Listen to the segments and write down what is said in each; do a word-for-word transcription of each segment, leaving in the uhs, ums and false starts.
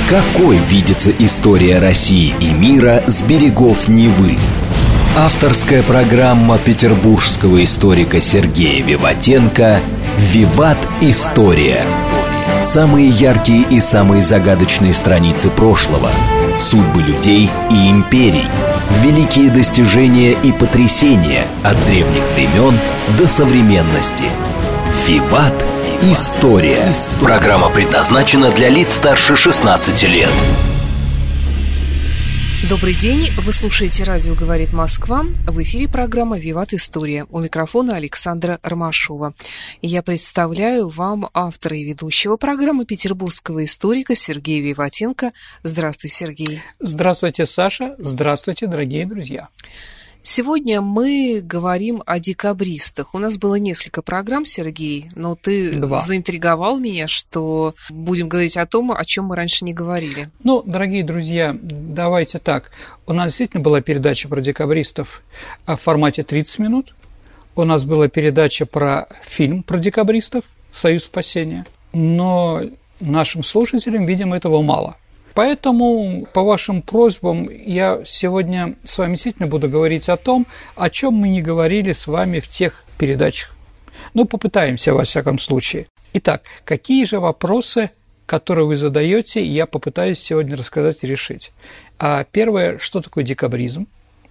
Какой видится история России и мира с берегов Невы? Авторская программа петербургского историка Сергея Виватенко «Виват. История». Самые яркие и самые загадочные страницы прошлого, судьбы людей и империй, великие достижения и потрясения от древних времен до современности. «Виват. История». Программа предназначена для лиц старше шестнадцати лет. Добрый день, вы слушаете «Радио говорит Москва». В эфире программа «Виват. История». У микрофона Александра Ромашова. И я представляю вам автора и ведущего программы петербургского историка Сергея Виватенко. Здравствуй, Сергей. Здравствуйте, Саша. Здравствуйте, дорогие друзья. Сегодня мы говорим о декабристах. У нас было несколько программ, Сергей, но ты Два. заинтриговал меня, что будем говорить о том, о чем мы раньше не говорили. Ну, дорогие друзья, давайте так. У нас действительно была передача про декабристов в формате тридцать минут. У нас была передача про фильм про декабристов «Союз спасения». Но нашим слушателям, видимо, этого мало. Поэтому, по вашим просьбам, я сегодня с вами действительно буду говорить о том, о чем мы не говорили с вами в тех передачах. Ну, попытаемся, во всяком случае. Итак, какие же вопросы, которые вы задаете, я попытаюсь сегодня рассказать и решить. А первое, что такое декабризм,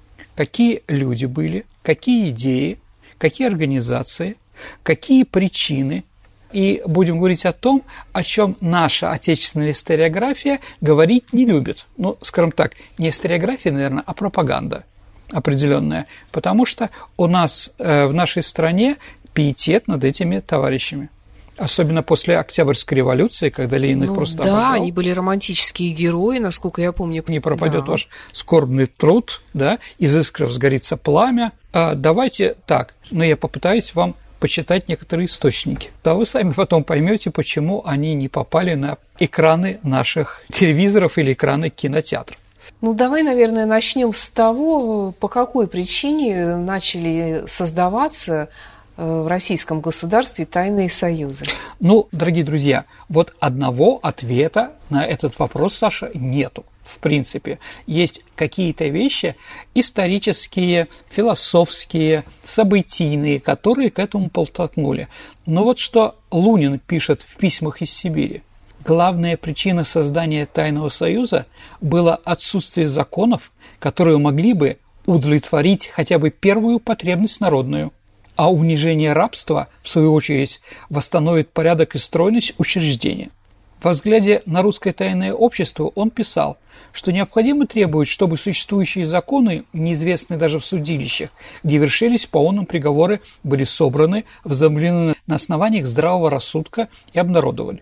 какие люди были, какие идеи, какие организации, какие причины. И будем говорить о том, о чем наша отечественная историография говорить не любит. Ну, скажем так, не историография, наверное, а пропаганда определенная. Потому что у нас э, в нашей стране пиетет над этими товарищами. Особенно после Октябрьской революции, когда Ленин их ну, просто да, обожал. Они были романтические герои, насколько я помню. Не пропадет да. ваш скорбный труд, да, из искр взгорится пламя. А давайте так, но я попытаюсь вам почитать некоторые источники. Да вы сами потом поймете, почему они не попали на экраны наших телевизоров или экраны кинотеатров. Ну, давай, наверное, начнем с того, по какой причине начали создаваться в российском государстве тайные союзы. Ну, дорогие друзья, вот одного ответа на этот вопрос, Саша, нету. В принципе, есть какие-то вещи исторические, философские, событийные, которые к этому подтолкнули. Но вот что Лунин пишет в письмах из Сибири. Главная причина создания тайного союза было отсутствие законов, которые могли бы удовлетворить хотя бы первую потребность народную, а унижение рабства, в свою очередь, восстановит порядок и стройность учреждения. Во взгляде на русское тайное общество он писал, что необходимо требовать, чтобы существующие законы, неизвестные даже в судилищах, где вершились по онным приговоры, были собраны, возобновлены на основаниях здравого рассудка и обнародовали.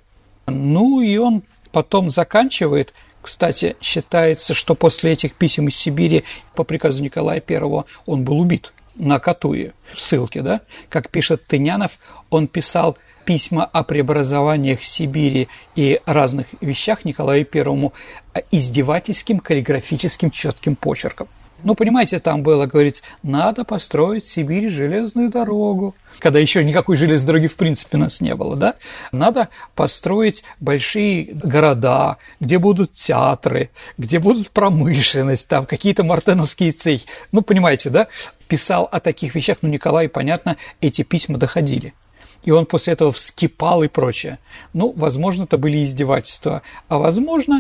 Ну и он потом заканчивает, кстати, считается, что после этих писем из Сибири по приказу Николая Первого он был убит на Катуе, в ссылке, да, как пишет Тынянов, он писал письма о преобразованиях Сибири и разных вещах Николаю Первому издевательским, каллиграфическим, четким почерком. Ну, понимаете, там было, говорить, надо построить в Сибири железную дорогу, когда еще никакой железной дороги в принципе у нас не было, да? Надо построить большие города, где будут театры, где будут промышленность, там какие-то мартеновские цехи. Ну, понимаете, да? Писал о таких вещах, ну, Николай, понятно, эти письма доходили. И он после этого вскипал и прочее. Ну, возможно, это были издевательства. А возможно,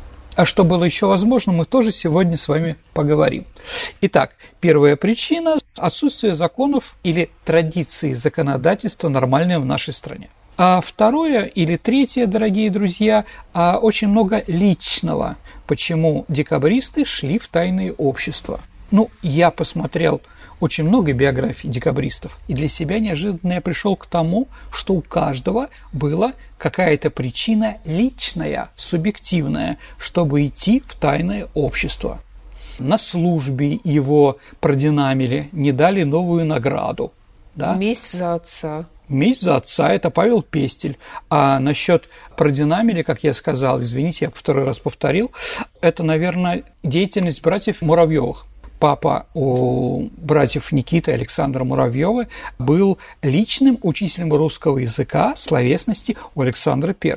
а что было еще возможно, мы тоже сегодня с вами поговорим. Итак, первая причина – отсутствие законов или традиции законодательства нормальное в нашей стране. А второе или третье, дорогие друзья, очень много личного, почему декабристы шли в тайные общества. Ну, я посмотрел очень много биографий декабристов, и для себя неожиданно я пришел к тому, что у каждого была какая-то причина личная, субъективная, чтобы идти в тайное общество. На службе его продинамили, не дали новую награду. Да? Месть за отца. Месть за отца – это Павел Пестель. А насчет продинамили, как я сказал, извините, я второй раз повторил, это, наверное, деятельность братьев Муравьевых. Папа у братьев Никиты и Александра Муравьёва был личным учителем русского языка, словесности у Александра Первого.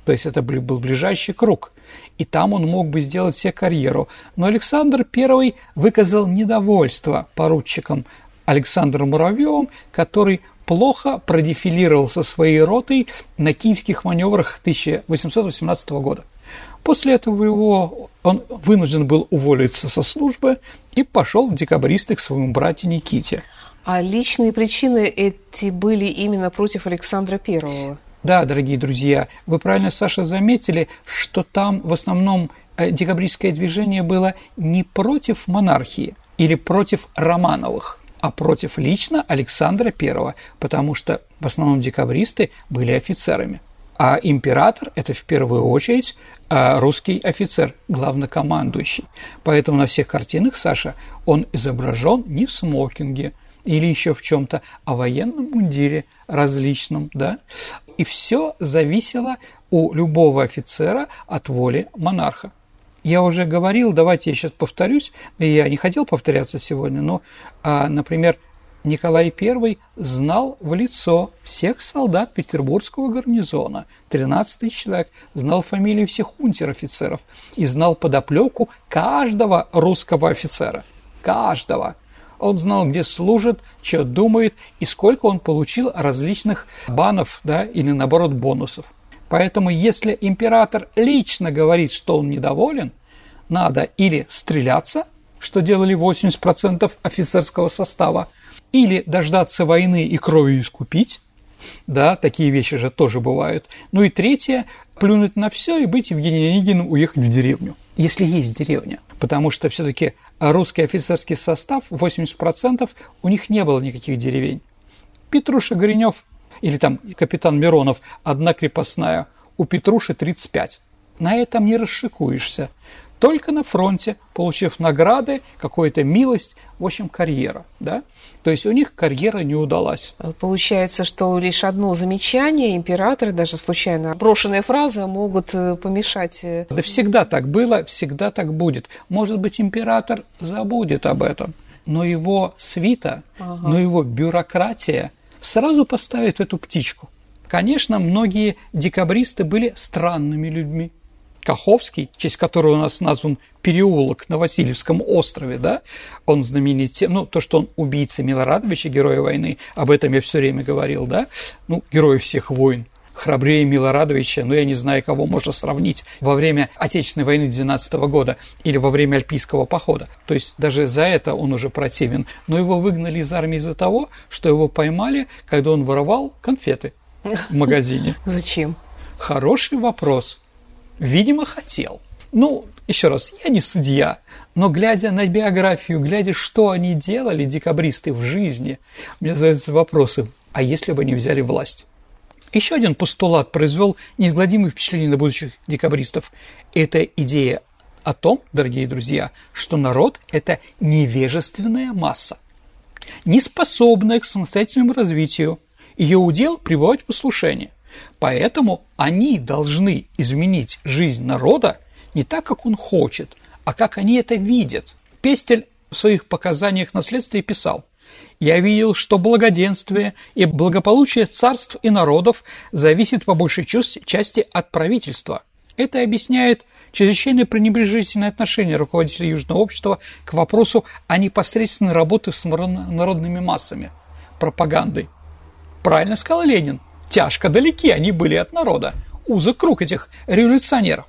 То есть это был ближайший круг. И там он мог бы сделать себе карьеру. Но Александр Первый выказал недовольство поручикам Александром Муравьевым, который плохо продефилировал со своей ротой на киевских маневрах тысяча восемьсот восемнадцатого года. После этого его, он вынужден был уволиться со службы и пошел в декабристы к своему брату Никите. А личные причины эти были именно против Александра Первого? Да, дорогие друзья, вы правильно, Саша, заметили, что там в основном декабристское движение было не против монархии или против Романовых, а против лично Александра Первого, потому что в основном декабристы были офицерами. А император – это в первую очередь русский офицер, главнокомандующий. Поэтому на всех картинах, Саша, он изображен не в смокинге или еще в чем-то, а в военном мундире различном, да? И все зависело у любого офицера от воли монарха. Я уже говорил, давайте я сейчас повторюсь, я не хотел повторяться сегодня, но, например, Николай Первый знал в лицо всех солдат петербургского гарнизона, тринадцать тысяч человек, знал фамилии всех унтер-офицеров и знал подоплеку каждого русского офицера, каждого. Он знал, где служит, что думает и сколько он получил различных банов, да, или, наоборот, бонусов. Поэтому, если император лично говорит, что он недоволен, надо или стреляться, что делали восемьдесят процентов офицерского состава, или дождаться войны и кровью искупить, да, такие вещи же тоже бывают. Ну и третье, плюнуть на все и быть Евгением Онегиным, уехать в деревню, если есть деревня. Потому что все-таки русский офицерский состав, восемьдесят процентов, у них не было никаких деревень. Петруша Горенёв или там капитан Миронов, одна крепостная, у Петруши тридцать пять. На этом не расшикуешься. Только на фронте, получив награды, какую-то милость, в общем, карьера, да? То есть у них карьера не удалась. Получается, что лишь одно замечание императора, даже случайно брошенная фраза, могут помешать. Да всегда так было, всегда так будет. Может быть, император забудет об этом, но его свита, ага. но его бюрократия сразу поставит эту птичку. Конечно, многие декабристы были странными людьми. Каховский, в честь которого у нас назван переулок на Васильевском острове, да, он знаменит тем, ну, то, что он убийца Милорадовича, героя войны, об этом я все время говорил, да, ну, герой всех войн, храбрее Милорадовича, но я не знаю, кого можно сравнить во время Отечественной войны двенадцатого года или во время Альпийского похода, то есть даже за это он уже противен, но его выгнали из армии из-за того, что его поймали, когда он воровал конфеты в магазине. Зачем? Хороший вопрос. Видимо, хотел. Ну, еще раз, я не судья, но глядя на биографию, глядя, что они делали, декабристы, в жизни, мне задаются вопросы, а если бы они взяли власть? Еще один постулат произвел неизгладимое впечатление на будущих декабристов. Это идея о том, дорогие друзья, что народ – это невежественная масса, неспособная к самостоятельному развитию. Ее удел – пребывать в послушании. Поэтому они должны изменить жизнь народа не так, как он хочет, а как они это видят. Пестель в своих показаниях на следствии писал: «Я видел, что благоденствие и благополучие царств и народов зависит по большей части от правительства. Это объясняет чрезвычайно пренебрежительное отношение руководителей Южного общества к вопросу о непосредственной работе с народными массами, пропагандой». Правильно сказал Ленин. Тяжко далеки они были от народа, узок круг этих революционеров.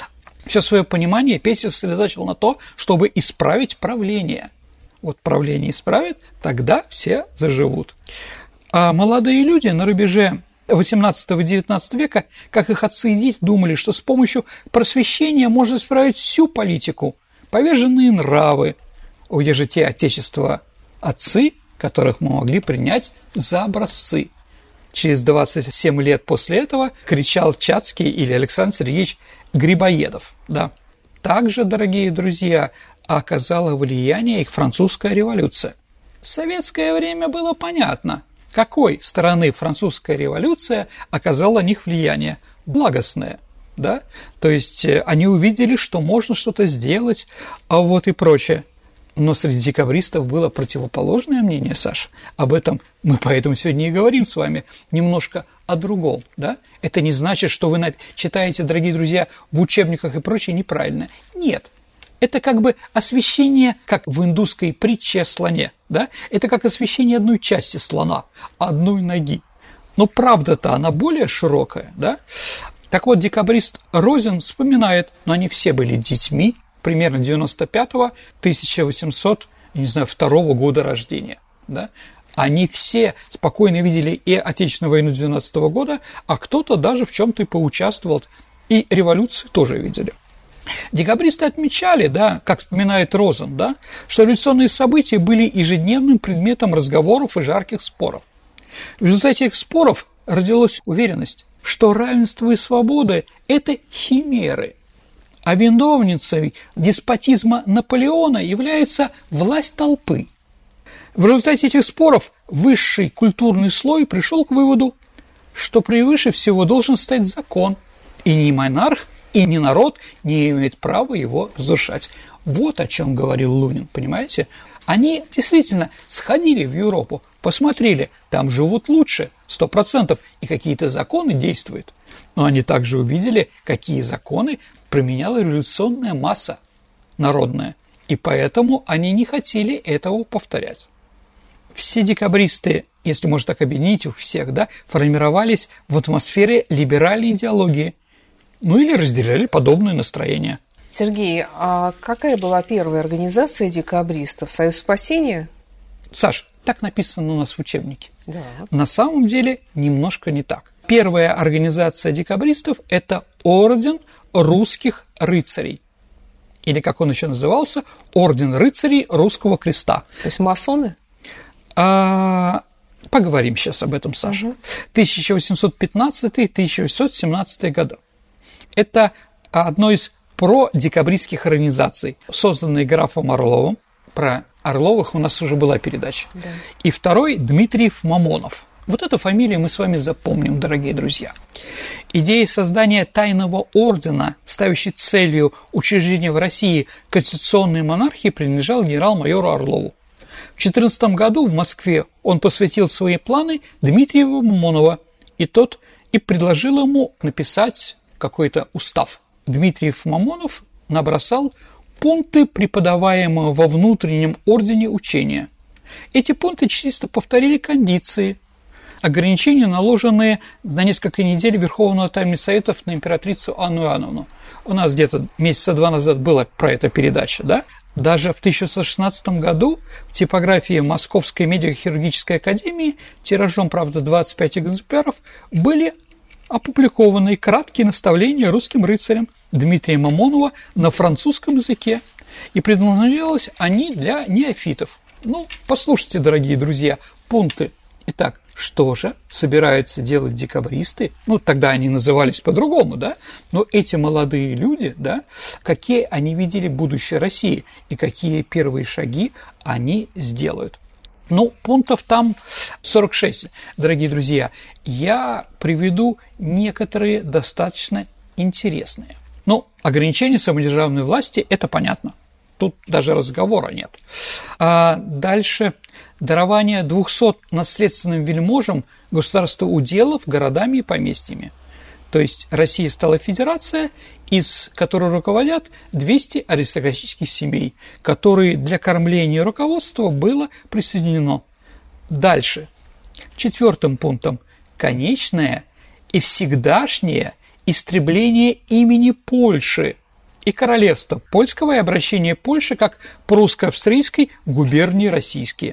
Все свое понимание Пестель сосредоточил на то, чтобы исправить правление. Вот правление исправит, тогда все заживут. А молодые люди на рубеже восемнадцатого-девятнадцатого века, как их отцы и дети, думали, что с помощью просвещения можно исправить всю политику, поверженные нравы. Уеже те отечества отцы, которых мы могли принять за образцы. Через двадцать семь лет после этого кричал Чацкий или Александр Сергеевич Грибоедов. Да. Также, дорогие друзья, оказала влияние их французская революция. В советское время было понятно, какой стороны французская революция оказала на них влияние. Благостное. Да? То есть они увидели, что можно что-то сделать, а вот и прочее. Но среди декабристов было противоположное мнение, Саша. Об этом мы поэтому сегодня и говорим с вами немножко о другом. Да? Это не значит, что вы читаете, дорогие друзья, в учебниках и прочее неправильно. Нет. Это как бы освещение, как в индусской притче о слоне. Да? Это как освещение одной части слона, одной ноги. Но правда-то она более широкая. Да? Так вот, декабрист Розен вспоминает, но они все были детьми, примерно девяносто пятого — тысяча восемьсот, не знаю, второго года рождения. Да? Они все спокойно видели и Отечественную войну девятнадцатого года, а кто-то даже в чем-то и поучаствовал, и революцию тоже видели. Декабристы отмечали, да, как вспоминает Розен, да, что революционные события были ежедневным предметом разговоров и жарких споров. В результате этих споров родилась уверенность, что равенство и свобода – это химеры, а виновницей деспотизма Наполеона является власть толпы. В результате этих споров высший культурный слой пришел к выводу, что превыше всего должен стоять закон, и ни монарх, и ни народ не имеет права его разрушать. Вот о чем говорил Лунин, понимаете? Они действительно сходили в Европу, посмотрели, там живут лучше, сто процентов, и какие-то законы действуют. Но они также увидели, какие законы применяла революционная масса народная, и поэтому они не хотели этого повторять. Все декабристы, если можно так объединить их всех, да, формировались в атмосфере либеральной идеологии, ну или разделяли подобные настроения. Сергей, а какая была первая организация декабристов? Союз спасения? Саш, так написано у нас в учебнике. Да. На самом деле немножко не так. Первая организация декабристов – это Орден русских рыцарей. Или, как он еще назывался, Орден рыцарей Русского Креста. То есть масоны? А, поговорим сейчас об этом, Саша. Угу. тысяча восемьсот пятнадцатый — тысяча восемьсот семнадцатый годы. Это одно из продекабристских организаций, созданное графом Орловым. Про Орловых у нас уже была передача. Да. И второй – Дмитриев Мамонов. Вот эту фамилию мы с вами запомним, дорогие друзья. Идея создания тайного ордена, ставящей целью учреждения в России конституционной монархии, принадлежал генерал-майору Орлову. В тысяча девятьсот четырнадцатом году в Москве он посвятил свои планы Дмитриеву Мамонова, и тот и предложил ему написать какой-то устав. Дмитриев Мамонов набросал пункты преподаваемого во внутреннем ордене учения. Эти пункты чисто повторили кондиции, ограничения, наложенные на несколько недель Верховного Тайного Совета на императрицу Анну Иоанновну. У нас где-то месяца два назад была про это передача, да? Даже в тысяча девятьсот шестнадцатом году в типографии Московской медико-хирургической академии тиражом, правда, двадцать пять экземпляров, были опубликованы краткие наставления русским рыцарям Дмитрия Мамонова на французском языке, и предназначались они для неофитов. Ну, послушайте, дорогие друзья, пункты. Итак, что же собираются делать декабристы? Ну, тогда они назывались по-другому, да? Но эти молодые люди, да, какие они видели будущее России и какие первые шаги они сделают? Ну, пунктов там сорок шесть, дорогие друзья. Я приведу некоторые достаточно интересные. Ну, ограничение самодержавной власти – это понятно. Тут даже разговора нет. А дальше дарование двухсот наследственным вельможам государства уделов городами и поместьями. То есть Россия стала федерация, из которой руководят двести аристократических семей, которые для кормления руководства было присоединено. Дальше. Четвертым пунктом. Конечное и всегдашнее истребление имени Польши и королевства польского и обращение Польши как прусско-австрийской губернии российские.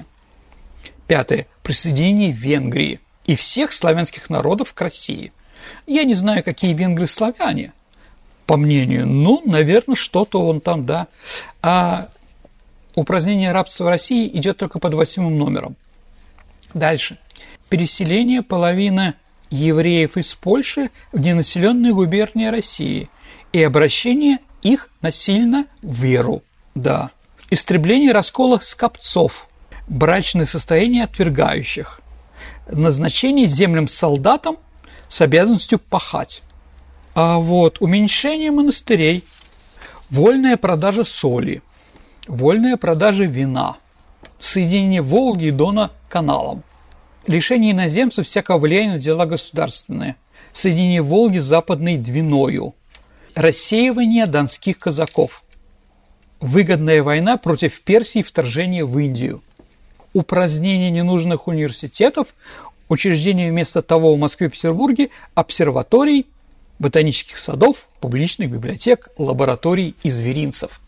Пятое. Присоединение Венгрии и всех славянских народов к России. Я не знаю, какие венгры-славяне, по мнению, ну, наверное, что-то он там, да. А упразднение рабства в России идет только под восьмым номером. Дальше. Переселение половины евреев из Польши в ненаселенные губернии России и обращение их насильно в веру. Да. Истребление раскола скопцов, брачное состояние отвергающих, назначение землям солдатам с обязанностью пахать. А вот уменьшение монастырей, вольная продажа соли, вольная продажа вина, соединение Волги и Дона каналом, лишение иноземцев всякого влияния на дела государственные, соединение Волги с Западной Двиною, рассеивание донских казаков, выгодная война против Персии и вторжение в Индию, упразднение ненужных университетов, учреждение вместо того в Москве и Петербурге обсерваторий, ботанических садов, публичных библиотек, лабораторий и зверинцев.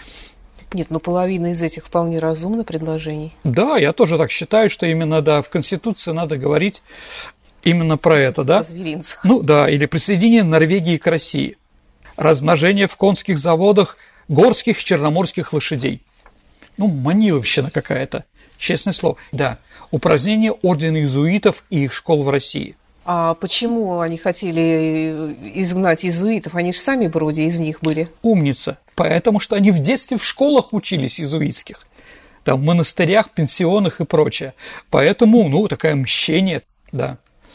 Нет, ну половина из этих вполне разумно предложений. Да, я тоже так считаю, что именно, да, в Конституции надо говорить именно про это, да? О зверинцах. Ну да, или присоединение Норвегии к России, размножение в конских заводах горских и черноморских лошадей. Ну, маниловщина какая-то, честное слово. Да, упразднение ордена иезуитов и их школ в России. А почему они хотели изгнать иезуитов? Они же сами вроде из них были. Умница. Потому что они в детстве в школах учились иезуитских. Там в монастырях, пенсионах и прочее. Поэтому, ну, такое мщение, да.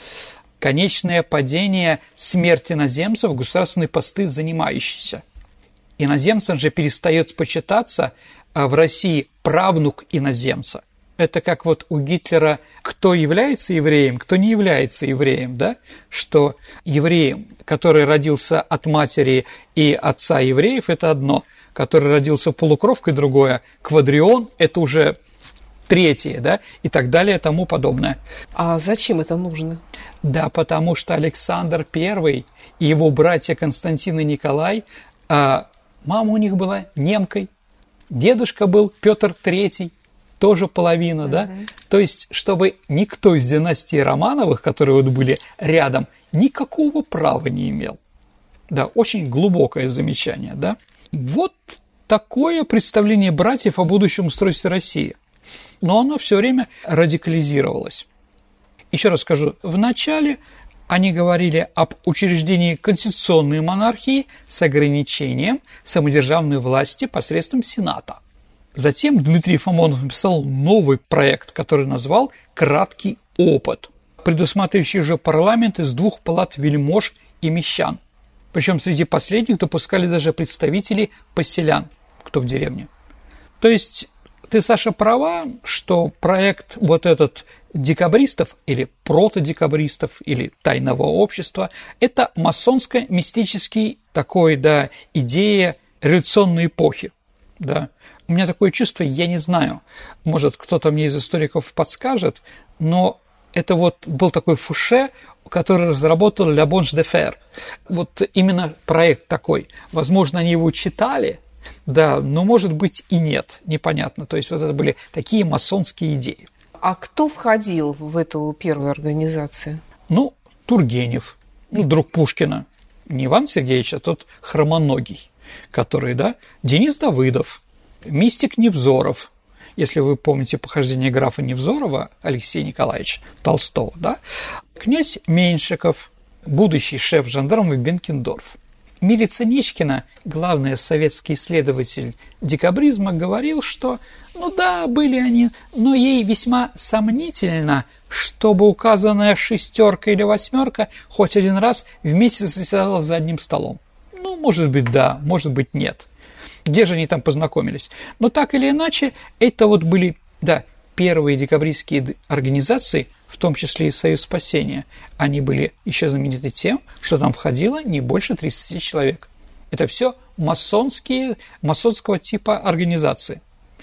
Конечное падение, смерть иноземцев, государственные посты занимающиеся. Иноземцам же перестает почитаться в России правнук иноземца. Это как вот у Гитлера, кто является евреем, кто не является евреем, да? Что еврей, который родился от матери и отца евреев, это одно, который родился полукровкой, другое, квадрион, это уже третье, да, и так далее, и тому подобное. А зачем это нужно? Да, потому что Александр Первый и его братья Константин и Николай, а мама у них была немкой, дедушка был Петр Третий, тоже половина, uh-huh. да, то есть, чтобы никто из династии Романовых, которые вот были рядом, никакого права не имел. Да, очень глубокое замечание, да. Вот такое представление братьев о будущем устройстве России. Но оно все время радикализировалось. Еще раз скажу, в начале они говорили об учреждении конституционной монархии с ограничением самодержавной власти посредством Сената. Затем Дмитрий Фомонов написал новый проект, который назвал «Краткий опыт», предусматривающий уже парламент из двух палат вельмож и мещан. Причем среди последних допускали даже представителей поселян, кто в деревне. То есть ты, Саша, права, что проект вот этот декабристов или протодекабристов или тайного общества – это масонско-мистический такой, да, идея революционной эпохи, да. У меня такое чувство, я не знаю, может, кто-то мне из историков подскажет, но это вот был такой Фуше, который разработал «La Bonne de Fer». Вот именно проект такой. Возможно, они его читали, да, но, может быть, и нет, непонятно. То есть вот это были такие масонские идеи. А кто входил в эту первую организацию? Ну, Тургенев, ну, друг Пушкина. Не Иван Сергеевич, а тот хромоногий, который, да, Денис Давыдов, мистик Невзоров, если вы помните похождение графа Невзорова Алексея Николаевича Толстого, да, князь Меньшиков, будущий шеф жандармов Бенкендорф. Милица Нечкина, главный советский исследователь декабризма, говорил, что, ну да, были они, но ей весьма сомнительно, чтобы указанная шестерка или восьмерка хоть один раз вместе заседала за одним столом. Ну, может быть, да, может быть, нет. Где же они там познакомились? Но так или иначе, это вот были, да, первые декабристские организации, в том числе и Союз спасения. Они были еще знамениты тем, что там входило не больше тридцати человек. Это все масонские, масонского типа организации.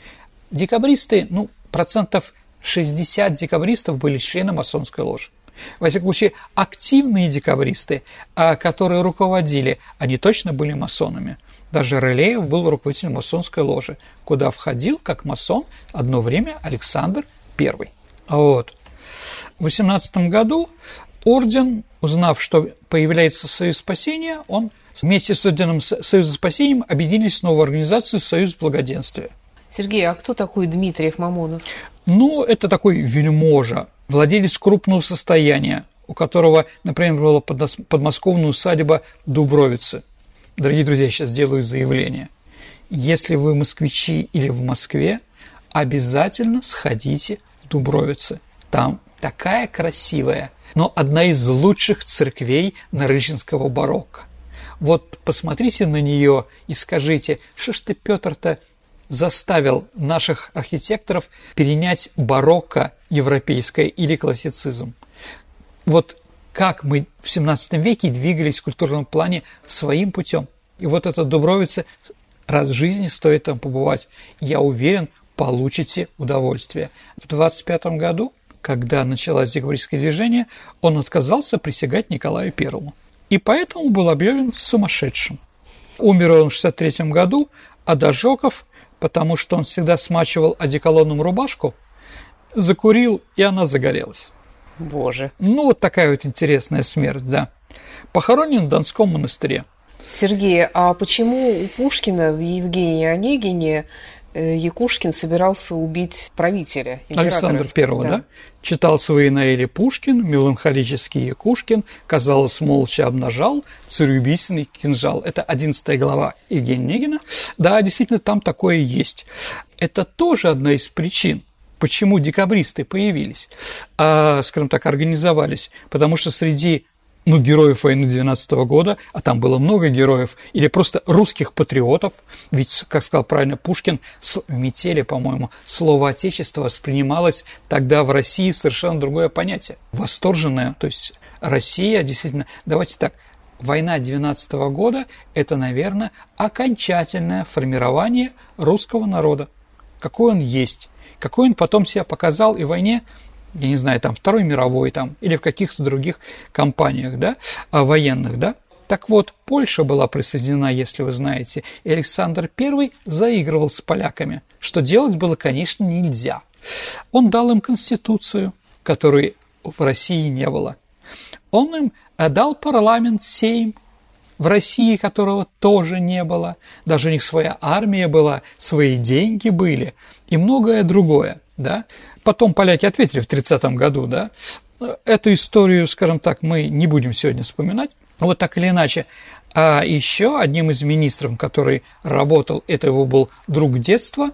Декабристы, ну, процентов шестьдесят декабристов были члены масонской ложи. Во всяком случае, активные декабристы, которые руководили, они точно были масонами. Даже Рылеев был руководителем масонской ложи, куда входил как масон одно время Александр Первый. Вот. В восемнадцатом году орден, узнав, что появляется Союз спасения, он вместе с орденом Союза спасения объединились в новую организацию Союз благоденствия. Сергей, а кто такой Дмитриев Мамонов? Ну, это такой вельможа, владелец крупного состояния, у которого, например, была подмосковная усадьба в Дубровице. Дорогие друзья, я сейчас сделаю заявление. Если вы москвичи или в Москве, обязательно сходите в Дубровице. Там такая красивая, но одна из лучших церквей нарышинского барокко. Вот посмотрите на нее и скажите, что ж ты, Петр-то, заставил наших архитекторов перенять барокко европейское или классицизм. Вот как мы в семнадцатом веке двигались в культурном плане своим путем. И вот это Дубровицы, раз в жизни стоит там побывать. Я уверен, получите удовольствие. В двадцать пятом году, когда началось декабристское движение, он отказался присягать Николаю Первому. И поэтому был объявлен сумасшедшим. Умер он в шестьдесят третьем году от ожогов, потому что он всегда смачивал одеколоном рубашку, закурил, и она загорелась. Боже. Ну, вот такая вот интересная смерть, да. Похоронен в Донском монастыре. Сергей, а почему у Пушкина в Евгении Онегине Якушкин собирался убить правителя, императора? Александра Первого, да. да? Читал свои Наэли Пушкин, меланхолический Якушкин, казалось, молча обнажал цареубийственный кинжал. Это одиннадцатая глава Евгения Онегина. Да, действительно, там такое есть. Это тоже одна из причин, почему декабристы появились, а, скажем так, организовались. Потому что среди ну, героев войны двенадцатого года, а там было много героев, или просто русских патриотов, ведь, как сказал правильно Пушкин, в метели, по-моему, слово «отечество» воспринималось тогда в России совершенно другое понятие. Восторженное, то есть Россия, действительно, давайте так, война двенадцатого года – это, наверное, окончательное формирование русского народа, какой он есть, какой он потом себя показал и в войне, я не знаю, там, Второй мировой, там, или в каких-то других компаниях, да, военных, да. Так вот, Польша была присоединена, если вы знаете, и Александр Первый заигрывал с поляками, что делать было, конечно, нельзя. Он дал им конституцию, которой в России не было. Он им дал парламент, сейм, в России которого тоже не было. Даже у них своя армия была, свои деньги были и многое другое, да. Потом поляки ответили в тридцатом году, да. Эту историю, скажем так, мы не будем сегодня вспоминать. Вот так или иначе. А еще одним из министров, который работал, это его был друг детства,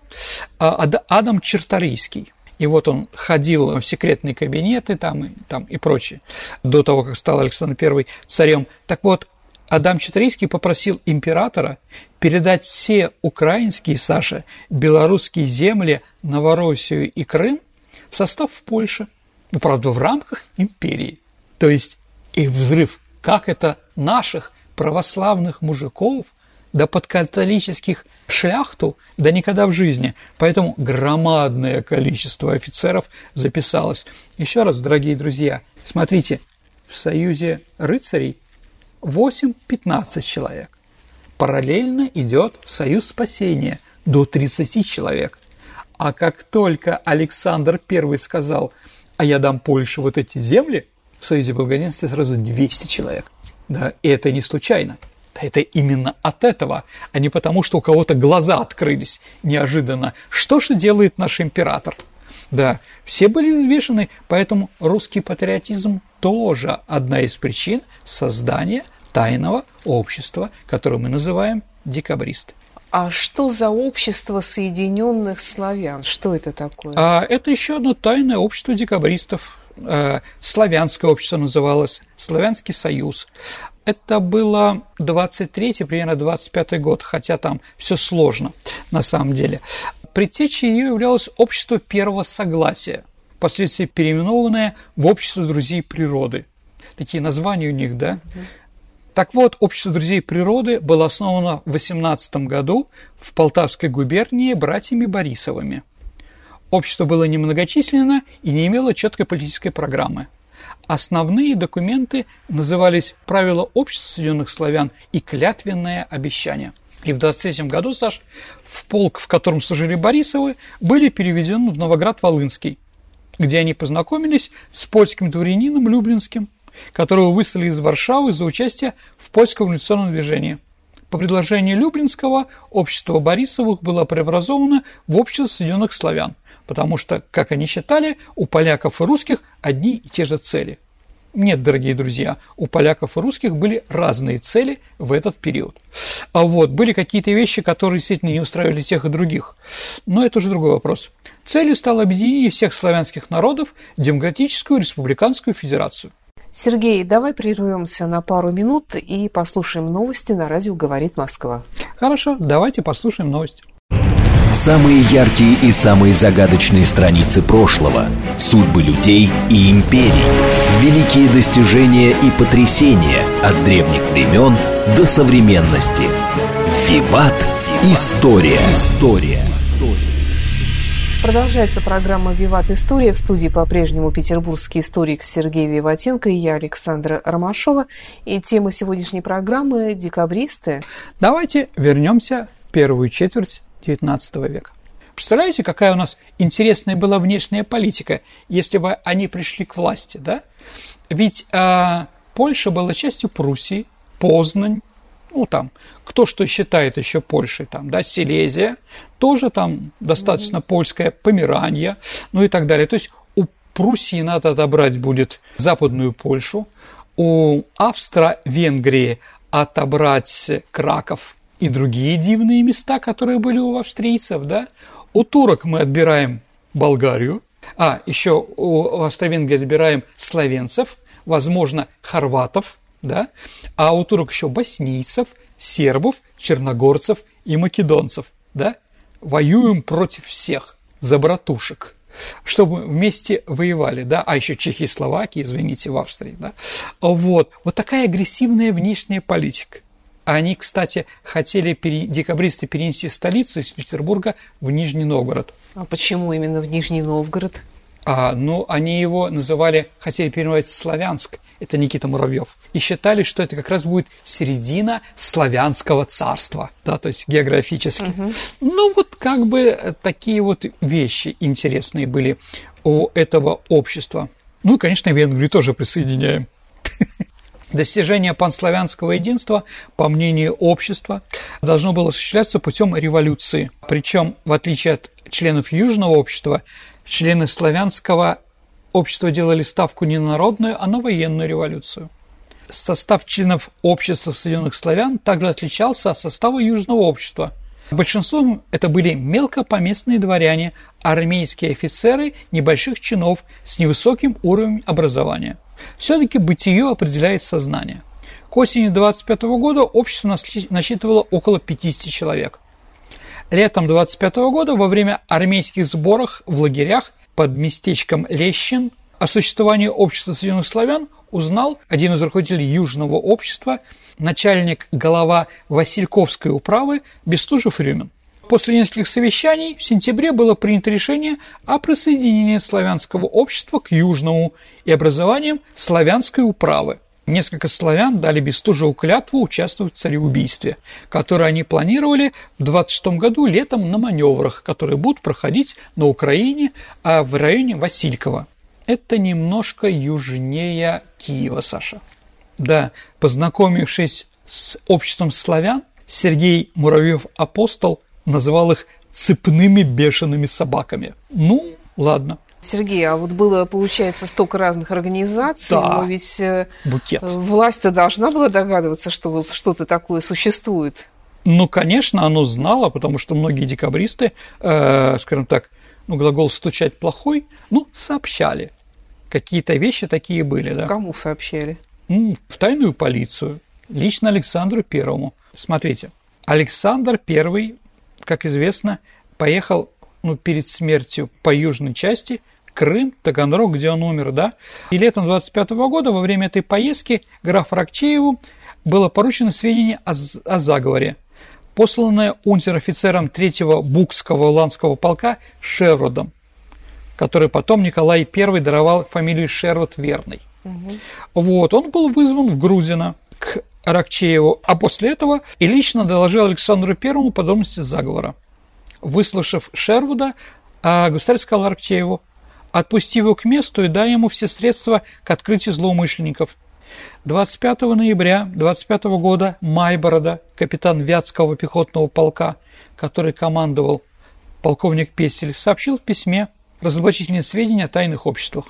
Адам Черторийский. И вот он ходил в секретные кабинеты там и, там и прочее, до того, как стал Александр Первый царем. Так вот, Адам Черторийский попросил императора передать все украинские, Саша, белорусские земли, Новороссию и Крым в состав Польши, ну, правда, в рамках империи. То есть и взрыв, как это наших православных мужиков, да под католических шляхту, да никогда в жизни. Поэтому громадное количество офицеров записалось. Еще раз, дорогие друзья, смотрите, в Союзе рыцарей восемь-пятнадцать человек. Параллельно идет Союз спасения до тридцати человек. А как только Александр Первый сказал, а я дам Польше вот эти земли, в Союзе Благоденствия сразу двести человек. Да, и это не случайно. Да, это именно от этого, а не потому, что у кого-то глаза открылись неожиданно. Что же делает наш император? Да, все были взвешены, поэтому русский патриотизм тоже одна из причин создания тайного общества, которое мы называем декабристы. А что за общество Соединенных Славян? Что это такое? А, это еще одно тайное общество декабристов. А, славянское общество называлось, Славянский союз. Это было двадцать третий, примерно двадцать пятый год, хотя там все сложно на самом деле. Предтечей ее являлось общество первого согласия, впоследствии переименованное в общество друзей природы. Такие названия у них, да? Mm-hmm. Так вот, общество друзей природы было основано в восемнадцатом году в Полтавской губернии братьями Борисовыми. Общество было немногочисленно и не имело четкой политической программы. Основные документы назывались «Правила общества Соединенных Славян» и «Клятвенное обещание». И в двадцать третьем году, Саш, в полк, в котором служили Борисовы, были переведены в Новоград-Волынский, где они познакомились с польским дворянином Люблинским, которого выслали из Варшавы за участие в польском революционном движении. По предложению Люблинского общество Борисовых было преобразовано в общество Соединенных Славян, потому что, как они считали, у поляков и русских одни и те же цели. Нет, дорогие друзья, у поляков и русских были разные цели в этот период. А вот были какие-то вещи, которые действительно не устраивали тех и других. Но это уже другой вопрос. Целью стало объединение всех славянских народов в Демократическую Республиканскую Федерацию. Сергей, давай прервемся на пару минут и послушаем новости на радио «Говорит Москва». Хорошо, давайте послушаем новости. Самые яркие и самые загадочные страницы прошлого, судьбы людей и империй, великие достижения и потрясения от древних времен до современности. Виват. История. История. Продолжается программа «Виват. История». В студии по-прежнему петербургский историк Сергей Виватенко и я, Александра Ромашова. И тема сегодняшней программы – декабристы. Давайте вернемся в первую четверть девятнадцатого века. Представляете, какая у нас интересная была внешняя политика, если бы они пришли к власти, да? Ведь э, Польша была частью Пруссии, Познань, ну там, кто что считает еще Польшей, там, да, Силезия, тоже там достаточно mm-hmm. польская, Померания, ну и так далее. То есть у Пруссии надо отобрать будет Западную Польшу, у Австро-Венгрии отобрать Краков и другие дивные места, которые были у австрийцев, да. У турок мы отбираем Болгарию, а еще у Австро-Венгрии отбираем словенцев, возможно, хорватов, да, а у турок еще боснийцев, сербов, черногорцев и македонцев, да. Воюем против всех за братушек, чтобы вместе воевали, да, а еще Чехии и Словакии, извините, в Австрии, да. Вот, вот такая агрессивная внешняя политика. Они, кстати, хотели, пере... декабристы, перенести столицу из Петербурга в Нижний Новгород. А почему именно в Нижний Новгород? А, ну, они его называли, хотели переименовать Славянск, это Никита Муравьев, и считали, что это как раз будет середина славянского царства, да, то есть географически. Угу. Ну, вот как бы такие вот вещи интересные были у этого общества. Ну, и, конечно, Венгрию тоже присоединяем. Достижение панславянского единства, по мнению общества, должно было осуществляться путем революции. Причем, в отличие от членов Южного общества, члены славянского общества делали ставку не на народную, а на военную революцию. Состав членов общества Соединенных Славян также отличался от состава Южного общества. Большинством это были мелкопоместные дворяне, армейские офицеры небольших чинов с невысоким уровнем образования. Все-таки бытие определяет сознание. К осени двадцать пятого года общество насчитывало около пятидесяти человек. Летом двадцать пятого года во время армейских сборов в лагерях под местечком Лещин о существовании общества Соединенных Славян узнал один из руководителей Южного общества, начальник глава Васильковской управы Бестужев-Рюмин. После нескольких совещаний в сентябре было принято решение о присоединении славянского общества к Южному и образованием славянской управы. Несколько славян дали Бестужеву клятву участвовать в цареубийстве, которое они планировали в двадцать шестом году летом на маневрах, которые будут проходить на Украине, а в районе Василькова. Это немножко южнее Киева, Саша. Да, познакомившись с обществом славян, Сергей Муравьев-Апостол называл их цепными бешеными собаками. Ну, ладно. Сергей, а вот было, получается, столько разных организаций, да, но ведь букет. Власть-то должна была догадываться, что вот что-то такое существует. Ну, конечно, оно знало, потому что многие декабристы, э, скажем так, ну, глагол «стучать» плохой, ну, сообщали. Какие-то вещи такие были, да. Кому сообщали? Ну, в тайную полицию, лично Александру Первому. Смотрите, Александр Первый, как известно, поехал, ну, перед смертью по южной части, Крым, Таганрог, где он умер, да. И летом двадцать пятого года во время этой поездки графу Аракчееву было поручено сведения о, о заговоре, посланное унтер-офицером третьего Букского уланского полка Шервудом, который потом Николай Первый даровал фамилию Шервуд-Верный. Угу. Вот, он был вызван в Грузино к Аракчееву, а после этого и лично доложил Александру Первому подробности заговора. Выслушав Шервуда, государь сказал Аракчееву: «Отпусти его к месту и дай ему все средства к открытию злоумышленников». двадцать пятого ноября двадцать пятого года Майборода, капитан Вятского пехотного полка, который командовал полковник Пестель, сообщил в письме разоблачительные сведения о тайных обществах.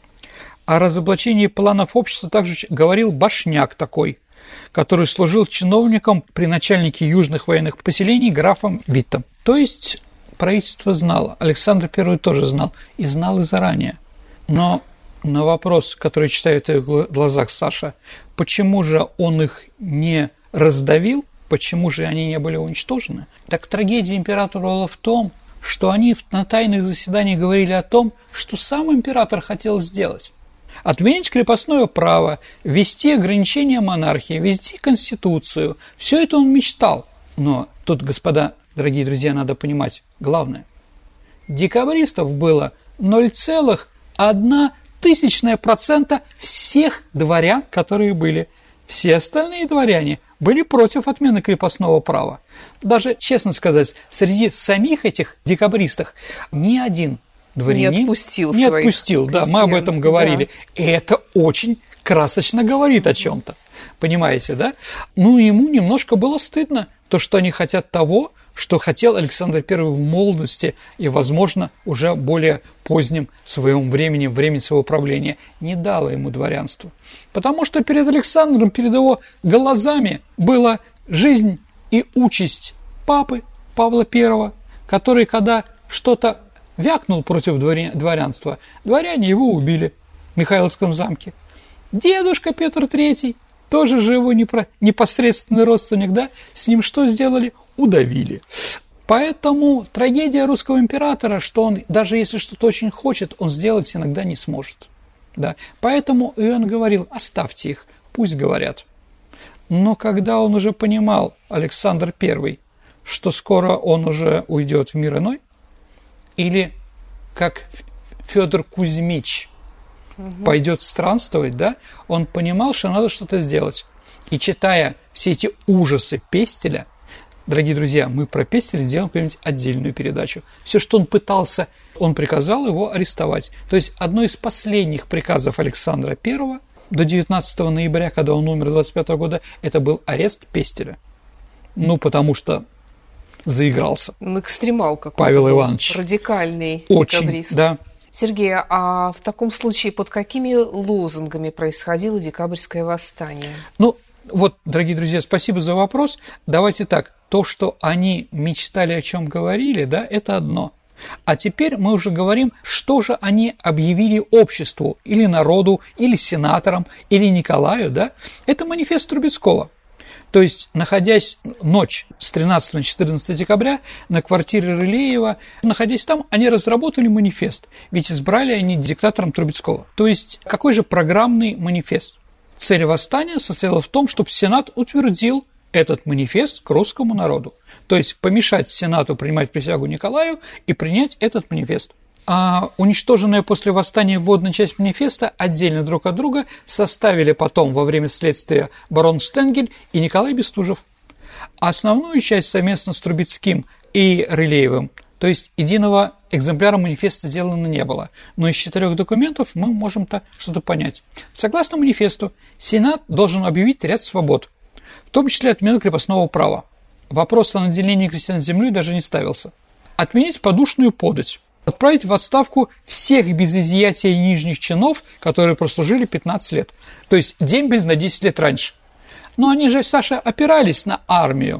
О разоблачении планов общества также говорил Башняк такой, который служил чиновником при начальнике южных военных поселений графом Виттом. То есть правительство знало, Александр Первый тоже знал, и знал и заранее. Но на вопрос, который читаю в твоих глазах, Саша, почему же он их не раздавил, Почему же они не были уничтожены? Так трагедия императора была в том, что они на тайных заседаниях говорили о том, что сам император хотел сделать. Отменить крепостное право, ввести ограничения монархии, ввести конституцию. Все это он мечтал. Но тут, господа, дорогие друзья, надо понимать главное. Декабристов было ноль целых одна тысячная процента всех дворян, которые были. Все остальные дворяне были против отмены крепостного права. Даже, честно сказать, среди самих этих декабристов ни один дворянин не отпустил, не отпустил. Да, мы об этом говорили. Да. И это очень красочно говорит о чем-то. Понимаете, да? Ну, ему немножко было стыдно, то, что они хотят того, что хотел Александр Первый в молодости и, возможно, уже более позднем своем времени, времени своего правления, не дало ему дворянство. Потому что перед Александром, перед его глазами была жизнь и участь папы Павла Первого, который, когда что-то вякнул против дворянства, дворяне его убили в Михайловском замке. Дедушка Петр Третий, тоже же его непосредственный родственник, да, с ним что сделали? Удавили. Поэтому трагедия русского императора, что он, даже если что-то очень хочет, он сделать иногда не сможет. Да. Поэтому и он говорил, оставьте их, пусть говорят. Но когда он уже понимал, Александр Первый, что скоро он уже уйдет в мир иной, или как Федор Кузьмич угу. пойдет странствовать, да, он понимал, что надо что-то сделать. И читая все эти ужасы Пестеля, дорогие друзья, мы про Пестеля сделаем какую-нибудь отдельную передачу. Все, что он пытался, он приказал его арестовать. То есть одно из последних приказов Александра Первого до девятнадцатого ноября, когда он умер двадцать пятого года, это был арест Пестеля. Ну, потому что заигрался. Ну, экстремал какой-то. Павел Иванович. Радикальный Очень, декабрист. Да. Сергей, а в таком случае под какими лозунгами происходило декабрьское восстание? Ну, вот, дорогие друзья, спасибо за вопрос. Давайте так, то, что они мечтали, о чем говорили, да, это одно. А теперь мы уже говорим, что же они объявили обществу, или народу, или сенаторам, или Николаю, да. Это манифест Трубецкого. То есть, находясь ночь с тринадцатого на четырнадцатое декабря на квартире Рылеева, находясь там, они разработали манифест, ведь избрали они диктатором Трубецкого. То есть, какой же программный манифест? Цель восстания состояла в том, чтобы Сенат утвердил этот манифест к русскому народу. То есть, помешать Сенату принимать присягу Николаю и принять этот манифест. А уничтоженная после восстания вводная часть манифеста отдельно друг от друга составили потом во время следствия барон Штенгель и Николай Бестужев. А основную часть совместно с Трубецким и Рылеевым, то есть единого экземпляра манифеста сделано не было, но из четырех документов мы можем-то что-то понять. Согласно манифесту, Сенат должен объявить ряд свобод, в том числе отмену крепостного права. Вопрос о наделении крестьян землей даже не ставился. Отменить подушную подать. Отправить в отставку всех без изъятия нижних чинов, которые прослужили пятнадцать лет. То есть дембель на десять лет раньше. Но они же, Саша, опирались на армию.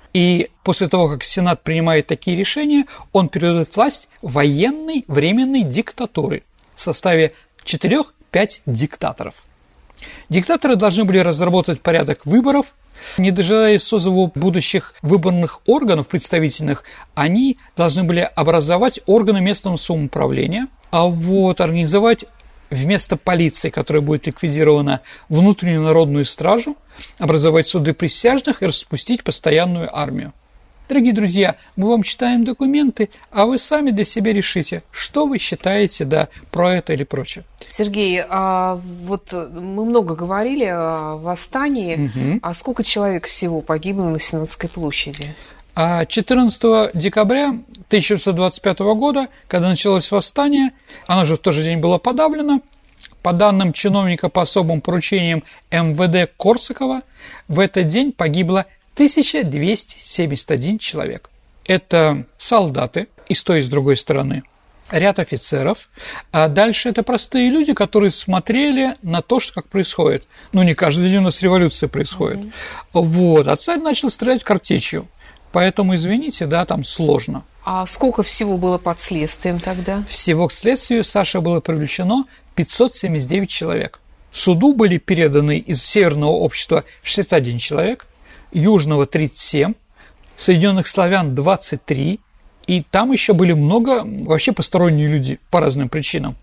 И после того, как Сенат принимает такие решения, он передает власть военной временной диктатуре в составе четырех-пяти диктаторов. Диктаторы должны были разработать порядок выборов. Не дожидаясь созыва будущих выборных органов представительных, они должны были образовать органы местного самоуправления, а вот организовать вместо полиции, которая будет ликвидирована, внутреннюю народную стражу, образовать суды присяжных и распустить постоянную армию. Дорогие друзья, мы вам читаем документы, а вы сами для себя решите, что вы считаете, да, про это или прочее. Сергей, а вот мы много говорили о восстании, угу. а сколько человек всего погибло на Сенатской площади? четырнадцатого декабря тысяча девятьсот двадцать пятого года, когда началось восстание, оно же в тот же день было подавлено, по данным чиновника по особым поручениям эм вэ дэ Корсакова, в этот день погибло тысяча двести семьдесят один человек. Это солдаты и с той, и с другой стороны, ряд офицеров, а дальше это простые люди, которые смотрели на то, что как происходит. Ну, не каждый день у нас революция происходит. Mm-hmm. Вот, а царь начал стрелять картечью. Поэтому, извините, да, там сложно. А сколько всего было под следствием тогда? Всего к следствию, Саша, было привлечено пятьсот семьдесят девять человек. Суду были переданы из Северного общества шестьдесят один человек, Южного тридцать семь, Соединенных славян двадцать три, и там еще были много вообще посторонние люди по разным причинам.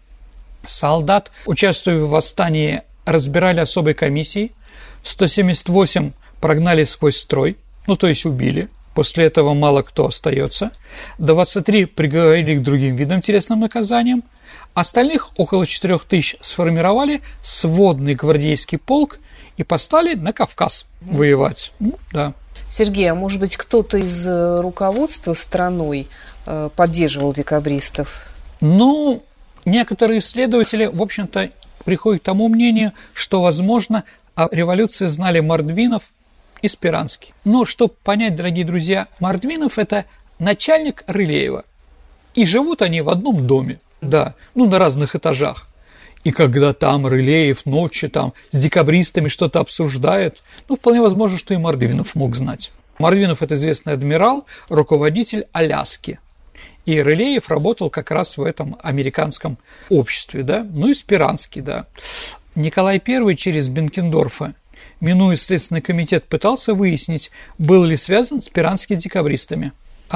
Солдат, участвуя в восстании, разбирали особой комиссией, сто семьдесят восемь прогнали сквозь строй, ну то есть убили, после этого мало кто остается, двадцать три приговорили к другим видам телесным наказаниям, остальных около четырех тысяч сформировали сводный гвардейский полк и послали на Кавказ воевать. Ну, да. Сергей, а может быть, кто-то из руководства страной поддерживал декабристов? Ну, некоторые исследователи, в общем-то, приходят к тому мнению, что, возможно, о революции знали Мордвинов и Спиранский. Но, чтобы понять, дорогие друзья, Мордвинов – это начальник Рылеева. И живут они в одном доме, да, ну, на разных этажах. И когда там Рылеев ночью там с декабристами что-то обсуждает, ну, вполне возможно, что и Мордвинов мог знать. Мордвинов – это известный адмирал, руководитель Аляски. И Рылеев работал как раз в этом американском обществе, да, ну и Спиранский, да. Николай Первый через Бенкендорфа, минуя Следственный комитет, пытался выяснить, был ли связан Спиранский с декабристами.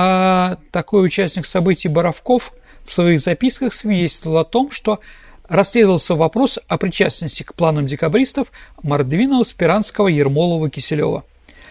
А такой участник событий Боровков в своих записках свидетельствовал о том, что расследовался вопрос о причастности к планам декабристов Мордвинова, Спиранского, Ермолова, Киселева.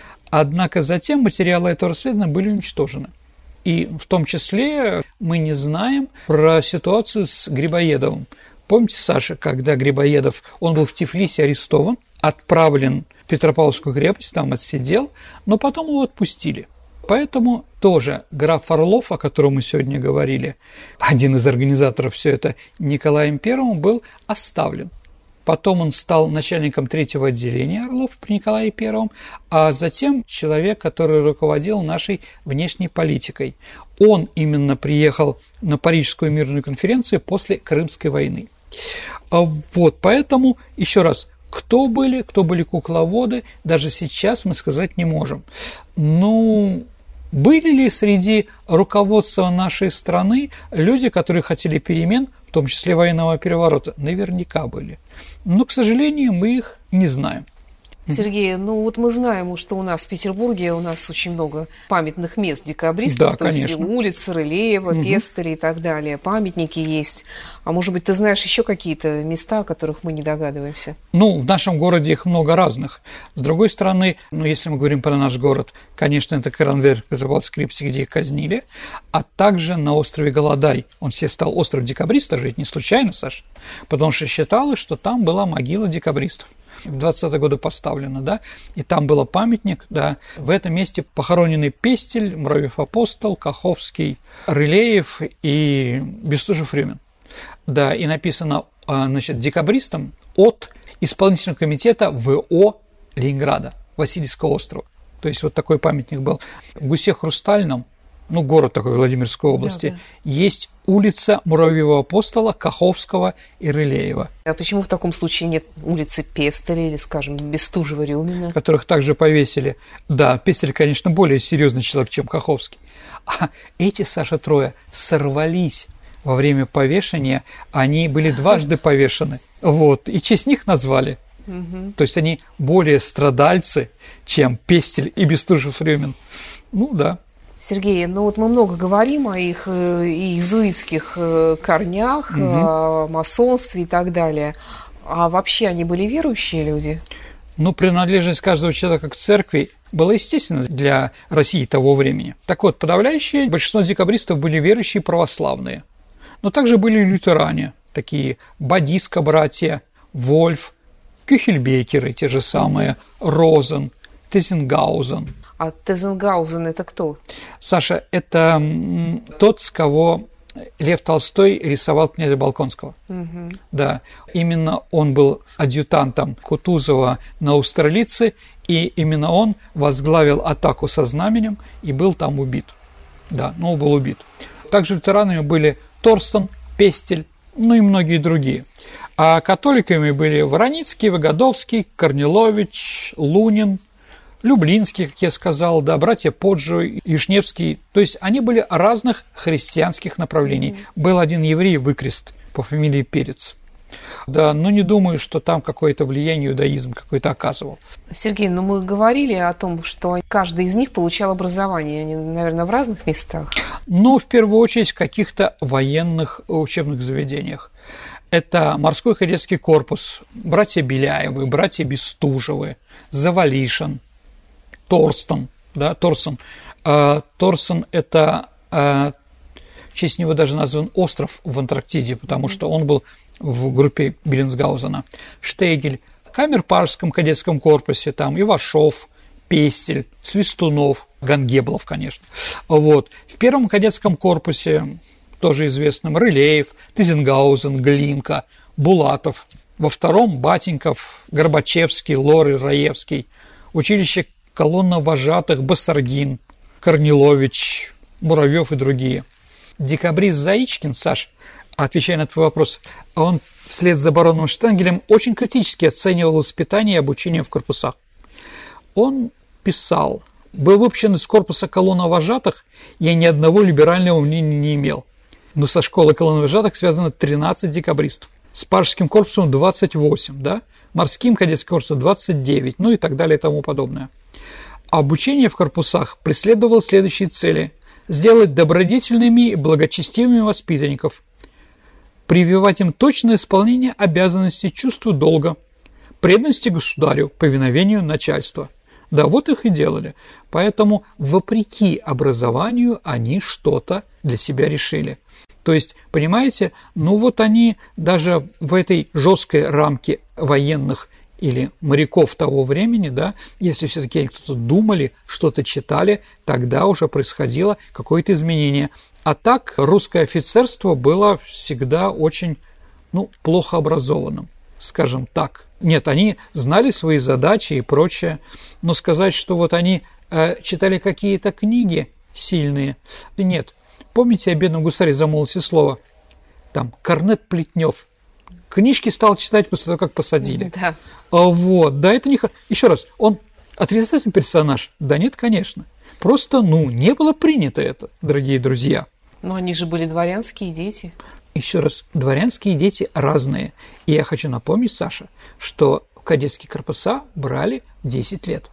Однако затем материалы этого расследования были уничтожены. И в том числе мы не знаем про ситуацию с Грибоедовым. Помните, Саша, когда Грибоедов, он был в Тифлисе арестован, отправлен в Петропавловскую крепость, там отсидел, но потом его отпустили. Поэтому тоже граф Орлов, о котором мы сегодня говорили, один из организаторов все это, Николаем Первым, был оставлен. Потом он стал начальником третьего отделения Орлов при Николае Первом, а затем человек, который руководил нашей внешней политикой. Он именно приехал на Парижскую мирную конференцию после Крымской войны. Вот, поэтому, еще раз, кто были, кто были кукловоды, даже сейчас мы сказать не можем. Ну, были ли среди руководства нашей страны люди, которые хотели перемен, в том числе военного переворота? Наверняка были. Но, к сожалению, мы их не знаем. Сергей, ну вот мы знаем, что у нас в Петербурге у нас очень много памятных мест декабристов, да, то конечно. есть улицы Рылеева, угу. Пестеля и так далее, памятники есть. А может быть, ты знаешь еще какие-то места, о которых мы не догадываемся? Ну, в нашем городе их много разных. С другой стороны, ну, если мы говорим про наш город, конечно, это Кранверк, Петропавловск-Крепости, где их казнили, а также на острове Голодай. Он себе стал остров декабристов, жить не случайно, Саша, потому что считалось, что там была могила декабристов. В двадцатые годы поставлено, да, и там был памятник, да, в этом месте похоронены Пестель, Муравьев-Апостол, Каховский, Рылеев и Бестужев-Рюмин, да, и написано, значит, декабристам от исполнительного комитета ВО Ленинграда, Васильевского острова, то есть вот такой памятник был. В Гусе-Хрустальном, ну, город такой Владимирской области, да, да. Есть улица Муравьева Апостола, Каховского и Рылеева. А почему в таком случае нет улицы Пестеля или, скажем, Бестужева-Рюмина? Которых также повесили. Да, Пестель, конечно, более серьезный человек, чем Каховский. А эти, Саша, трое сорвались во время повешения, они были дважды повешены, вот, и в честь них назвали. Угу. То есть они более страдальцы, чем Пестель и Бестужев-Рюмин. Ну, да. Сергей, ну вот мы много говорим о их иезуитских корнях, угу. о масонстве и так далее. А вообще они были верующие люди? Ну, принадлежность каждого человека к церкви была естественна для России того времени. Так вот, подавляющее большинство декабристов были верующие православные. Но также были и лютеране, такие Бадиско-братья, Вольф, Кюхельбекеры, те же самые, Розен, Тезенгаузен. А Тезенгаузен – это кто? Саша, это тот, с кого Лев Толстой рисовал князя Болконского. Угу. Да, именно он был адъютантом Кутузова на Устралице, и именно он возглавил атаку со знаменем и был там убит. Да, ну, был убит. Также лютеранами были Торстен, Пестель, ну и многие другие. А католиками были Вороницкий, Выгодовский, Корнилович, Лунин, Люблинский, как я сказал, да, братья Поджи, Вишневский. То есть они были разных христианских направлений. Mm-hmm. Был один еврей, Выкрест, по фамилии Перец. Да, но не думаю, что там какое-то влияние иудаизм какой-то оказывал. Сергей, ну мы говорили о том, что каждый из них получал образование, они, наверное, в разных местах. Но в первую очередь в каких-то военных учебных заведениях. Это морской кадетский корпус, братья Беляевы, братья Бестужевы, Завалишин, Торстон, да, Торсон. А, Торсон – это, а, в честь него даже назван остров в Антарктиде, потому что он был в группе Беллинсгаузена. Штегель, в Камер-Палском кадетском корпусе, там Ивашов, Пестель, Свистунов, Гангеблов, конечно. Вот. В первом кадетском корпусе, тоже известным, Рылеев, Тизенгаузен, Глинка, Булатов. Во втором Батеньков, Горбачевский, Лоры, Раевский. Училище колонновожатых Басаргин, Корнилович, Муравьев и другие. Декабрист Заичкин, Саш, отвечая на твой вопрос, он вслед за бароном Штангелем очень критически оценивал воспитание и обучение в корпусах. Он писал: «Был выпущен из корпуса колонновожатых, я ни одного либерального мнения не имел. Но со школой колонновожатых связано тринадцать декабристов, с пажским корпусом двадцать восемь, да? Морским кадетским корпусом двадцать девять, ну и так далее и тому подобное. Обучение в корпусах преследовало следующие цели: сделать добродетельными и благочестивыми воспитанников, прививать им точное исполнение обязанностей, чувству долга, преданности государю, повиновению начальства». Да, вот их и делали. Поэтому, вопреки образованию, они что-то для себя решили. То есть, понимаете, ну вот они даже в этой жесткой рамке военных или моряков того времени, да, если все-таки они кто-то думали, что-то читали, тогда уже происходило какое-то изменение. А так русское офицерство было всегда очень, ну, плохо образованным, скажем так. Нет, они знали свои задачи и прочее, но сказать, что вот они э, читали какие-то книги сильные, нет. Помните о бедном гусаре замолвите слово? Там Корнет Плетнев книжки стал читать после того, как посадили. Да. А, вот, да, это не... Еще раз, он отрицательный персонаж? Да нет, конечно. Просто, ну, не было принято это, дорогие друзья. Но они же были дворянские дети. Еще раз, дворянские дети разные. И я хочу напомнить, Саша, что кадетские корпуса брали десять лет.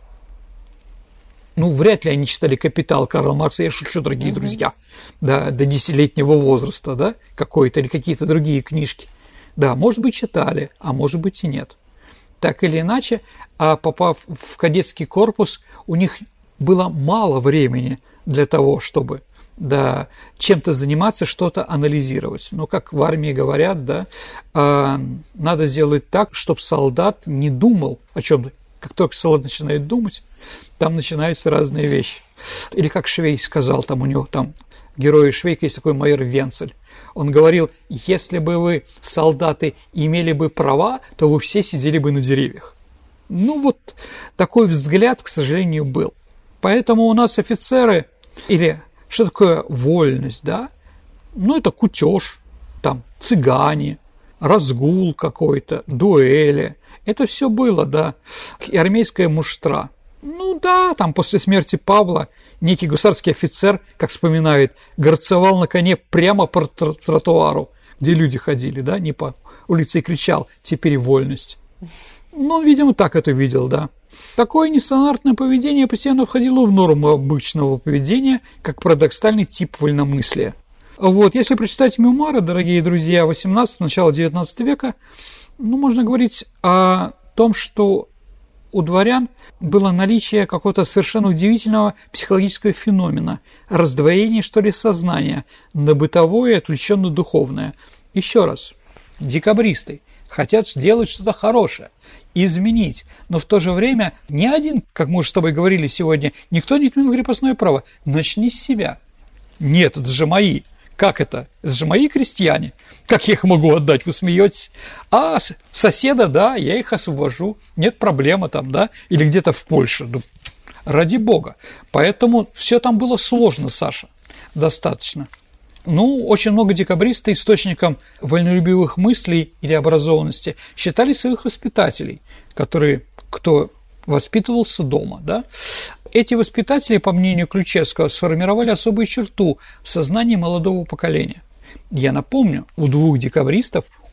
Ну, вряд ли они читали «Капитал» Карла Маркса, я шучу, дорогие угу. друзья, да, до десятилетнего возраста, да, какой-то, или какие-то другие книжки. Да, может быть, читали, а может быть и нет. Так или иначе, а попав в кадетский корпус, у них было мало времени для того, чтобы... да, чем-то заниматься, что-то анализировать. Ну, как в армии говорят, да, э, надо сделать так, чтобы солдат не думал о чем-то. Как только солдат начинает думать, там начинаются разные вещи. Или как Швейк сказал, там у него там герой Швейка есть такой майор Венцель. Он говорил: если бы вы, солдаты, имели бы права, то вы все сидели бы на деревьях. Ну, вот такой взгляд, к сожалению, был. Поэтому у нас офицеры или... Что такое вольность, да? Ну, это кутеж, там, цыгане, разгул какой-то, дуэли. Это все было, да. И армейская муштра. Ну, да, там после смерти Павла некий гусарский офицер, как вспоминает, горцевал на коне прямо по тротуару, где люди ходили, да, не по улице, и кричал: «Теперь вольность». Ну, он, видимо, так это видел, да. Такое нестандартное поведение постоянно входило в норму обычного поведения, как парадоксальный тип вольномыслия. Вот, если прочитать мемуары, дорогие друзья, восемнадцатого, начала девятнадцатого века, ну, можно говорить о том, что у дворян было наличие какого-то совершенно удивительного психологического феномена, раздвоение, что ли, сознания на бытовое и отвлеченно духовное. Еще раз, декабристы хотят сделать что-то хорошее, изменить, но в то же время ни один, как мы уже с тобой говорили сегодня, никто не отменил крепостное право. Начни с себя. Нет, это же мои. Как это? Это же мои крестьяне. Как я их могу отдать? Вы смеетесь? А соседа, да, я их освобожу. Нет проблемы там, да? Или где-то в Польше. Ну, ради бога. Поэтому все там было сложно, Саша. Достаточно. Ну, очень много декабристов источником вольнолюбивых мыслей или образованности считали своих воспитателей, которые, кто воспитывался дома, да? Эти воспитатели, по мнению Ключевского, сформировали особую черту в сознании молодого поколения. Я напомню, у двух декабристов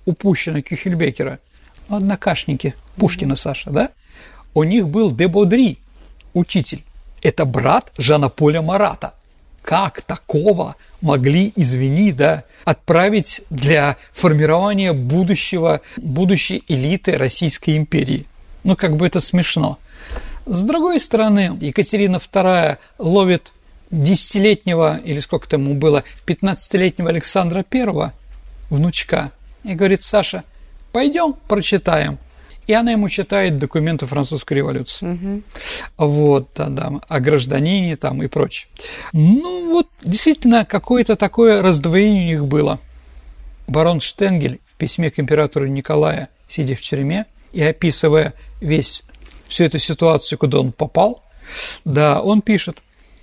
у Пущина, Кюхельбекера, ну, однокашники Пушкина, mm-hmm. Саша, да? У них был де Бодри, учитель. Это брат Жана-Поля Марата. Как такого могли, извини, да, отправить для формирования будущего, будущей элиты Российской империи? Ну, как бы это смешно. С другой стороны, Екатерина вторая ловит десятилетнего, или сколько там ему было, пятнадцатилетнего Александра Первого, внучка, и говорит: Саша, пойдем прочитаем. И она ему читает документы французской революции. Угу. Вот, да, да, о гражданине там и прочее. Ну, вот, действительно, какое-то такое раздвоение у них было. Барон Штенгель в письме к императору Николаю, сидя в тюрьме и описывая весь, всю эту ситуацию, куда он попал, да, он пишет: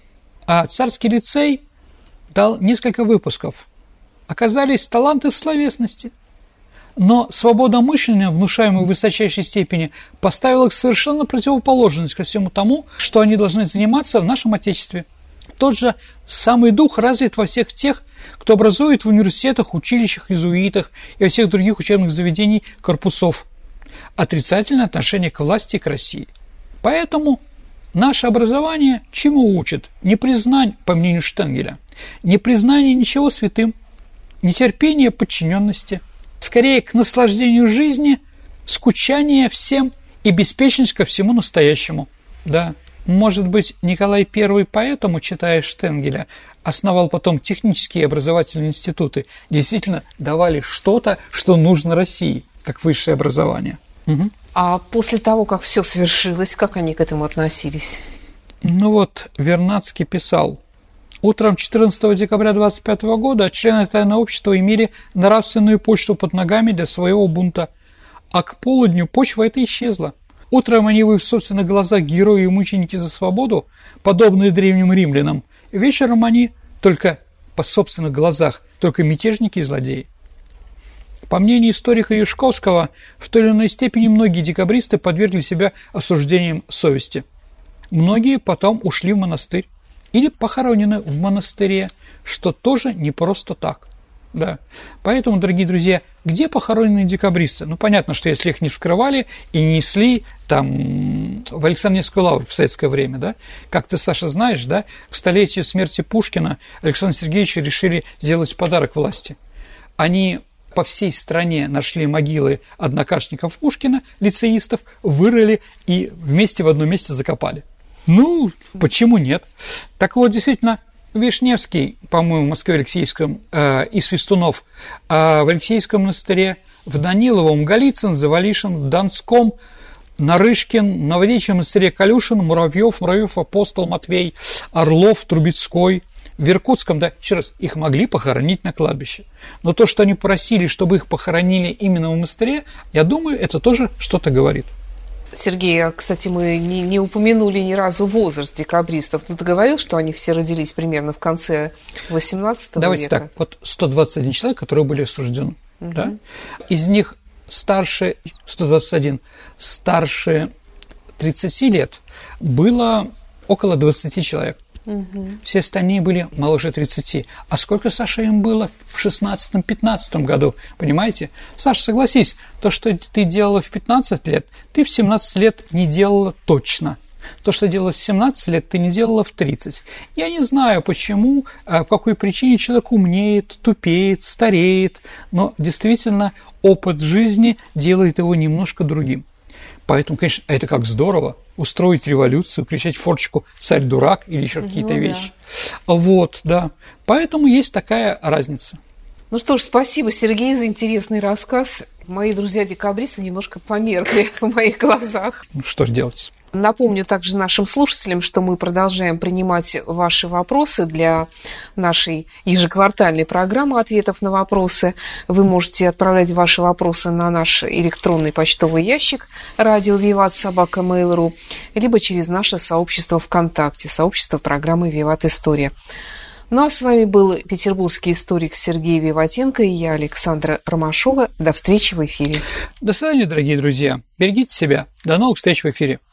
а царский лицей дал несколько выпусков. Оказались таланты в словесности. Но свобода мышления, внушаемая в высочайшей степени, поставила их совершенно противоположность ко всему тому, что они должны заниматься в нашем Отечестве. Тот же самый дух развит во всех тех, кто образует в университетах, училищах, иезуитах и во всех других учебных заведениях корпусов. Отрицательное отношение к власти и к России. Поэтому наше образование чему учит? Непризнание, по мнению Штенгеля, непризнание ничего святым, нетерпение подчиненности, скорее к наслаждению жизни, скучание всем и беспечность ко всему настоящему. Да, может быть, Николай Первый поэтому, читая Штенгеля, основал потом технические образовательные институты, действительно давали что-то, что нужно России, как высшее образование. Угу. А после того, как все свершилось, как они к этому относились? Ну вот, Вернадский писал: утром четырнадцатого декабря двадцать пятого года члены тайного общества имели нравственную почву под ногами для своего бунта, а к полудню почва эта исчезла. Утром они были в собственных глазах герои и мученики за свободу, подобные древним римлянам. Вечером они, только по собственных глазах, только мятежники и злодеи. По мнению историка Юшковского, в той или иной степени многие декабристы подвергли себя осуждениям совести. Многие потом ушли в монастырь или похоронены в монастыре, что тоже не просто так. Да. Поэтому, дорогие друзья, где похоронены декабристы? Ну, понятно, что если их не вскрывали и не несли там в Александровскую лавру в советское время, да, как ты, Саша, знаешь, да, к столетию смерти Пушкина Александру Сергеевичу решили сделать подарок власти. Они по всей стране нашли могилы однокашников Пушкина, лицеистов, вырыли и вместе в одном месте закопали. Ну, почему нет? Так вот, действительно, Вишневский, по-моему, в Москве-Алексеевском, э, и Свистунов э, в Алексеевском монастыре, в Даниловом, Голицын, Завалишин, в Донском, Нарышкин, в Новодевичьем монастыре Калюшин, Муравьев, Муравьев, Апостол, Матвей, Орлов, Трубецкой. В Иркутском, да, еще раз, их могли похоронить на кладбище. Но то, что они просили, чтобы их похоронили именно в монастыре, я думаю, это тоже что-то говорит. Сергей, кстати, мы не, не упомянули ни разу возраст декабристов. Ну, ты говорил, что они все родились примерно в конце восемнадцатого Давайте века? Давайте так, вот сто двадцать один человек, которые были осуждены, угу. да? Из них старше, сто двадцать один, старше тридцати лет было около двадцати человек. Угу. Все остальные были моложе тридцати. А сколько, Саша, им было в шестнадцатом-пятнадцатом году? Понимаете? Саша, согласись, то, что ты делала в пятнадцать лет, ты в семнадцать лет не делала точно. То, что делала в семнадцать лет, ты не делала в тридцать. Я не знаю, почему, по какой причине человек умнеет, тупеет, стареет, но действительно опыт жизни делает его немножко другим. Поэтому, конечно, это как здорово устроить революцию, кричать в форточку «царь-дурак» или еще какие-то ну, вещи. Да. Вот, да. Поэтому есть такая разница. Ну что ж, спасибо, Сергей, за интересный рассказ. Мои друзья-декабристы немножко померкли в моих глазах. Ну, что ж делать? Напомню также нашим слушателям, что мы продолжаем принимать ваши вопросы для нашей ежеквартальной программы ответов на вопросы. Вы можете отправлять ваши вопросы на наш электронный почтовый ящик радио виват собака мейл точка ру либо через наше сообщество ВКонтакте, сообщество программы «Виват История». Ну а с вами был петербургский историк Сергей Виватенко и я, Александра Ромашова. До встречи в эфире. До свидания, дорогие друзья. Берегите себя. До новых встреч в эфире.